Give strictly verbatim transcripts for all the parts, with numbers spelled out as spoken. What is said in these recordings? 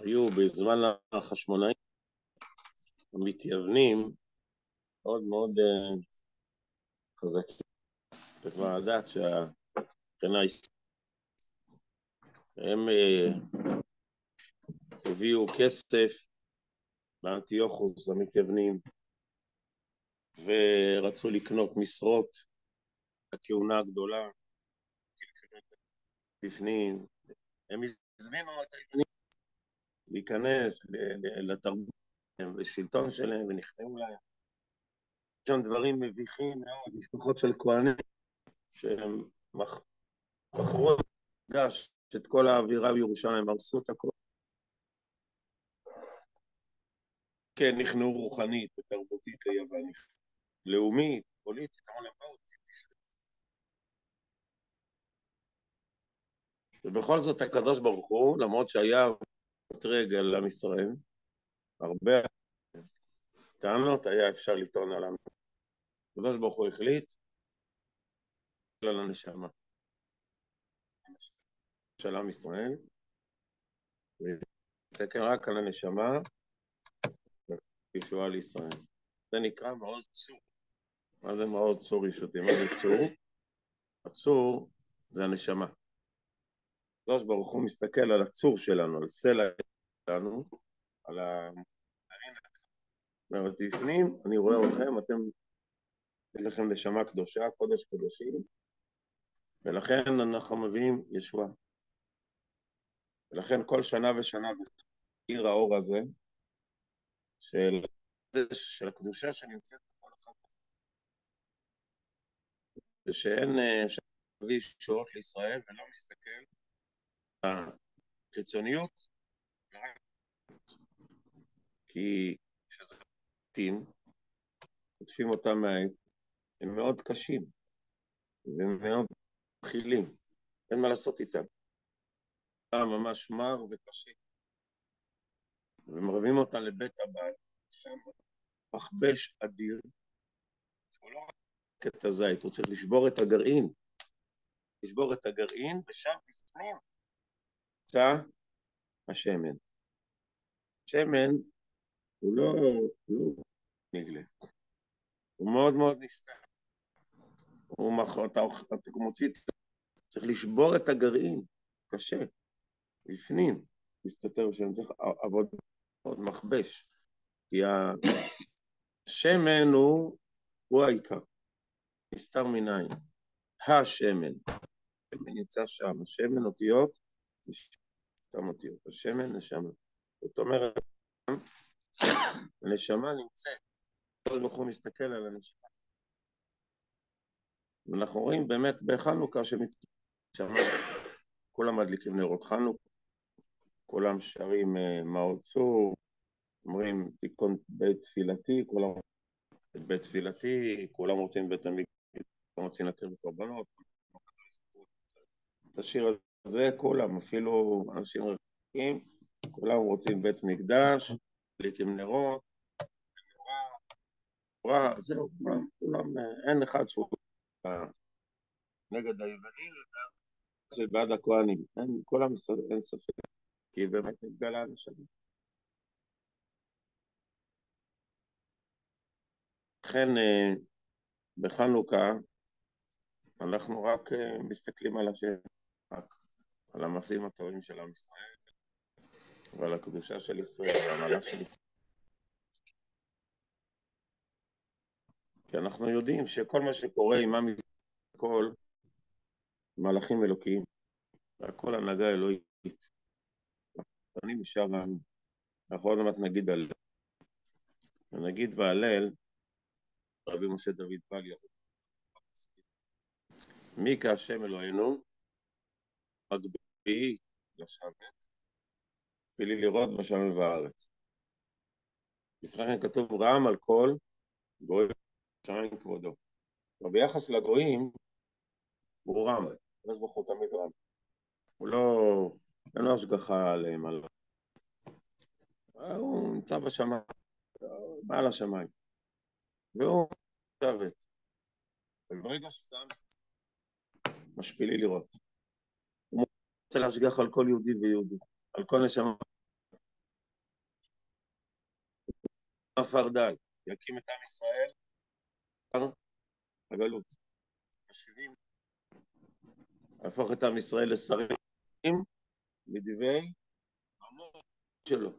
היו בזמן החשמונאים המתייוונים מאוד מאוד uh, חזקים. צריך לדעת שהבחינה הם uh, הביאו כסף לאנטיוכוס המתייוונים ורצו לקנות משרות הכהונה הגדולה בפנים. הם הזמינו את היוונים להיכנס לתרבות ולשלטון שלהם ונכנעו להם. יש שם דברים מביכים מאוד, משפחות של כהנים שהם מכרו את כל האווירה בירושלים, הרסו את הכל. כן, נכנעו רוחנית ותרבותית ליוון, לאומית, פוליטית, אבל הם באו. ובכל זאת הקדוש ברוך הוא, למרות שהיה רגל לעם ישראל, הרבה טענות היה אפשר לטעון עליו. הקדוש ברוך הוא החליט על הנשמה של עם ישראל, ותקן רק על הנשמה ישועה לישראל. זה נקרא מעוז צור. מה זה מעוז צור ישותי? מה זה צור? הצור זה הנשמה. הקדוש ברוך הוא מסתכל על הצור שלנו, על סלע שלנו, על ה... אומרת, לפנים, אני רואה אתכם, אתם, יש לכם נשמה קדושה, קודש קודשים, ולכן אנחנו מביאים ישועה. ולכן כל שנה ושנה בעיר האור הזה, של, של הקדושה שנמצאת בכל אחד, ושאין אפשר להביא ישועות לישראל ולא מסתכל על החיצוניות, כי כשזה קטין, עוטפים אותם מהעת, הם מאוד קשים, והם מאוד מכילים, אין מה לעשות איתם. ממש מר וקשה. ומרבים אותה לבית הבעל, שם מכבש אדיר, שהוא לא רק את הזית, הוא צריך לשבור את הגרעין, לשבור את הגרעין, ושם בפנים נמצא השמן. שמן הוא לא, לא נגלה, הוא מאוד מאוד נסתר. הוא מח... אתה, אתה מוציא, צריך לשבור את הגרעין, קשה, בפנים, מסתתר שם, צריך עבוד מאוד מכבש, כי השמן הוא, הוא העיקר, נסתר מנין, השמן, השמן נמצא שם, השמן אותיות, שם אותיות, השמן נשמה, זאת אומרת, הנשמה נמצאת, כל ברוך מסתכל על הנשמה, ואנחנו רואים באמת בחנוכה שמשמה, כולם מדליקים נרות חנוכה, כולם שרים מעוז צור, אומרים תיקון בית תפילתי, כולם את בית תפילתי, כולם רוצים בית המקדש, כולם רוצים להקריב קורבנות, את השיר הזה כולם, אפילו אנשים רחוקים, כולם רוצים בית מקדש, להקים נרות, נורה, זהו, כולם, כולם, אין אחד שהוא נגד היוונים, שבעד הכהנים, אין, כולם אין ספק, כי באמת מתגלה הנשמה. לכן בחנוכה אנחנו רק מסתכלים על השם, רק על המעשים הטובים של עם ישראל, ועל הקדושה של ישראל, והמעלה של ישראל. כי אנחנו יודעים שכל מה שקורה עמם הכל מלאכים אלוקיים, והכל הנהגה אלוהית. אני משאר לנו, אנחנו עוד מעט נגיד הלל. ונגיד בהלל, רבי משה דוד פליה, מי כהשם אלוהינו, מגביהי לשבת, ולי לראות בשמיים ובארץ. לפני כן כתוב רם על כל גוי שמיים כבודו. וביחס לגויים, הוא רם, יש בו הוא תמיד רם. הוא לא, אין לו השגחה עליהם, עליו. הוא נמצא בשמיים, מעל השמיים. והוא שבת. וברגע שזה משפילי לראות. הוא רוצה להשגח על כל יהודי ויהודי, על כל נשמה. הפרדל, יקים את עם ישראל, הגלות, השבעים, להפוך את עם ישראל לשרים, מדברי המור שלו.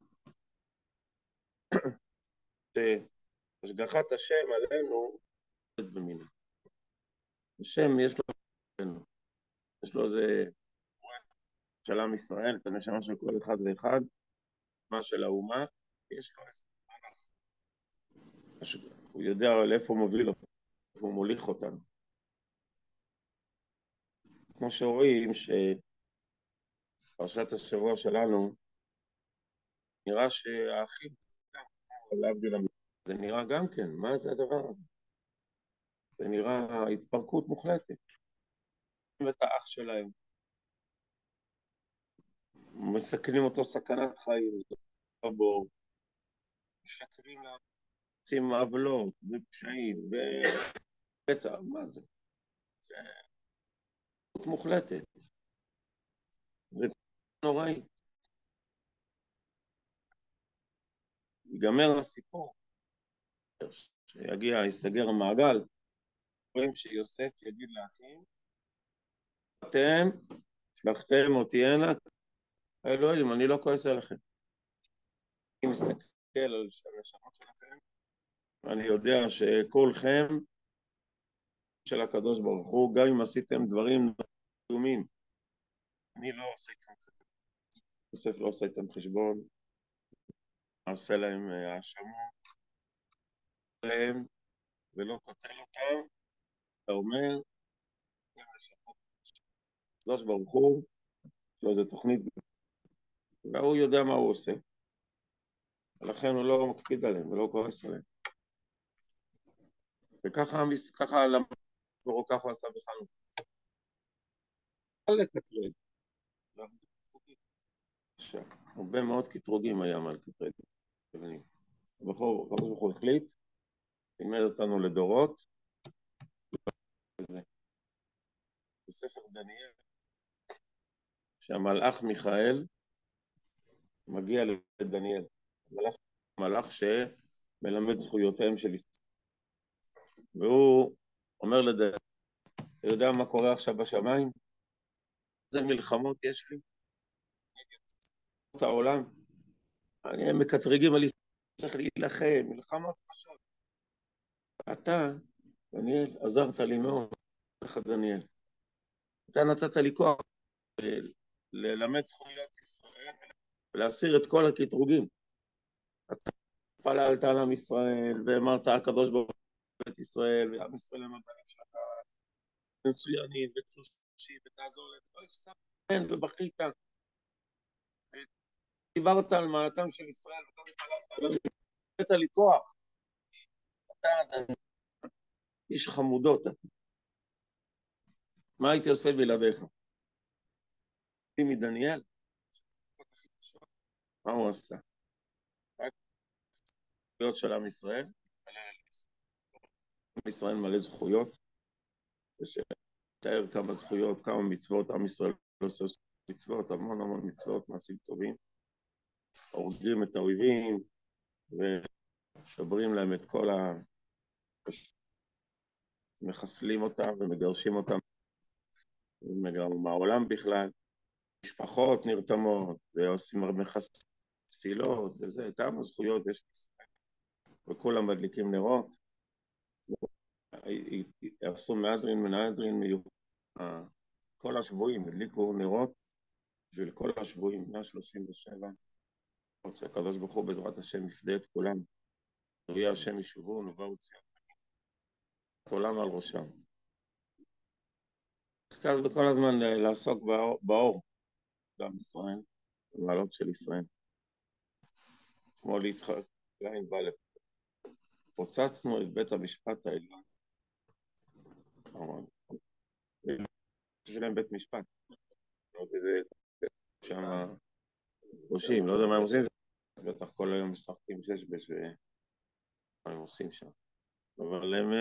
שהשגחת השם עלינו, במינו. השם יש לו, יש לו איזה של עם ישראל, את הנשמה של כל אחד ואחד, מה של האומה, יש לו איזה מהלך. הוא יודע לאיפה הוא מוביל אותו, איפה הוא מוליך אותנו. כמו שרואים שפרשת השבוע שלנו, נראה שהאחים, להבדיל, זה נראה גם כן, מה זה הדבר הזה? זה נראה התפרקות מוחלטת. ואת האח שלהם, מסכנים אותו סכנת חיים, בבור, משקרים לה, עושים עוולות ופשעים ופצע, מה זה? זה התפרקות מוחלטת. זה נוראי. ייגמר הסיפור, שיגיע, יסתגר המעגל, רואים שיוסף יגיד לאחים, אתם, שלחתם אותי הנה, האלוהים, אני לא כועס עליכם. אני מסתכל על הנשמות שלכם, ואני יודע שכולכם של הקדוש ברוך הוא, גם אם עשיתם דברים דומים, אני לא עושה איתם חשבון. יוסף לא עושה איתם חשבון, עושה להם האשמות, להם, ולא קוטל אותם, אתה אומר, הקדוש ברוך הוא, יש לו איזו תוכנית, והוא יודע מה הוא עושה. ולכן הוא לא מקפיד עליהם, ולא כועס עליהם. וככה, ככה, ככה הוא עשה בחנוכה. אל לקטרג. הרבה מאוד קטרוגים היה מעל קטרג. הקדוש ברוך הוא החליט, לימד אותנו לדורות, וזה. בספר דניאל, שהמלאך מיכאל מגיע לדניאל. מלאך, מלאך שמלמד זכויותיהם של ישראל. והוא אומר לדניאל, אתה יודע מה קורה עכשיו בשמיים? איזה מלחמות יש לי? את העולם. הם מקטרגים על ישראל, צריך להילחם, מלחמות קשות. אתה, דניאל, עזרת לי מאוד, לך דניאל. אתה נתת לי כוח ללמד זכויות ישראל ולהסיר את כל הקטרוגים. אתה פללת על עם ישראל ואמרת הקדוש ברוך הוא את ישראל ועם ישראל הם הבנים שלך מצוינים וקדושים ותעזור להם. לא הפסקת ובכית. דיברת על מעלתם של ישראל ואתה פללת, הבאת לי כוח. אתה איש חמודות. מה הייתי עושה בלעדיך? מדניאל, מה הוא עשה? רק זכויות של עם ישראל, עם ישראל מלא זכויות, ושתאר כמה זכויות, כמה מצוות, עם ישראל לא עושה מצוות, המון המון מצוות, מעשים טובים, הורגים את האויבים, ושוברים להם את כל ה... מחסלים אותם ומגרשים אותם מהעולם בכלל, משפחות נרתמות, ועושים הרבה חסים, תפילות וזה, כמה זכויות יש לישראל, וכולם מדליקים נרות, עשו מהדרין מנהדרין מיוחד, כל השבועים הדליקו נרות, בשביל כל השבועים, מאה שלושים ושבע, שהקדוש ברוך הוא בעזרת השם יפדה את כולם, יהיה השם ישובון ובאו ציון, את עולם על ראשם. חזקה כל הזמן לעסוק באור, באור, גם ישראל, במעלות של ישראל. אתמול יצחק, יין בא לפה. פוצצנו את בית המשפט העליון. יש להם בית משפט. וזה שם ראשים, לא יודע מה הם עושים. בטח כל היום משחקים שש בש ומה הם עושים שם. אבל הם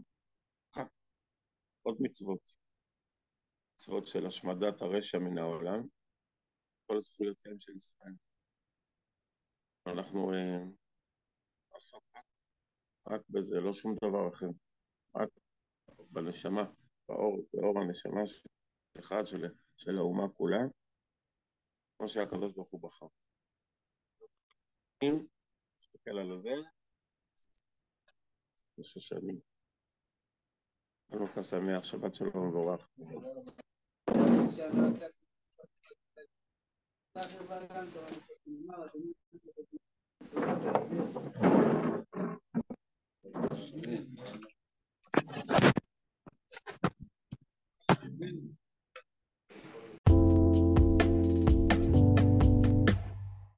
עוד מצוות. מצוות של השמדת הרשע מן העולם. כל זכויותיהם של ישראל. אנחנו לעסוק רק, רק בזה, לא שום דבר אחר. רק בנשמה, באור, באור הנשמה של אחד של, של האומה כולה, כמו שהקדוש ברוך הוא בחר. אם תסתכל על זה, שש שנים. חנוכה שמח, שבת שלום ומבורך.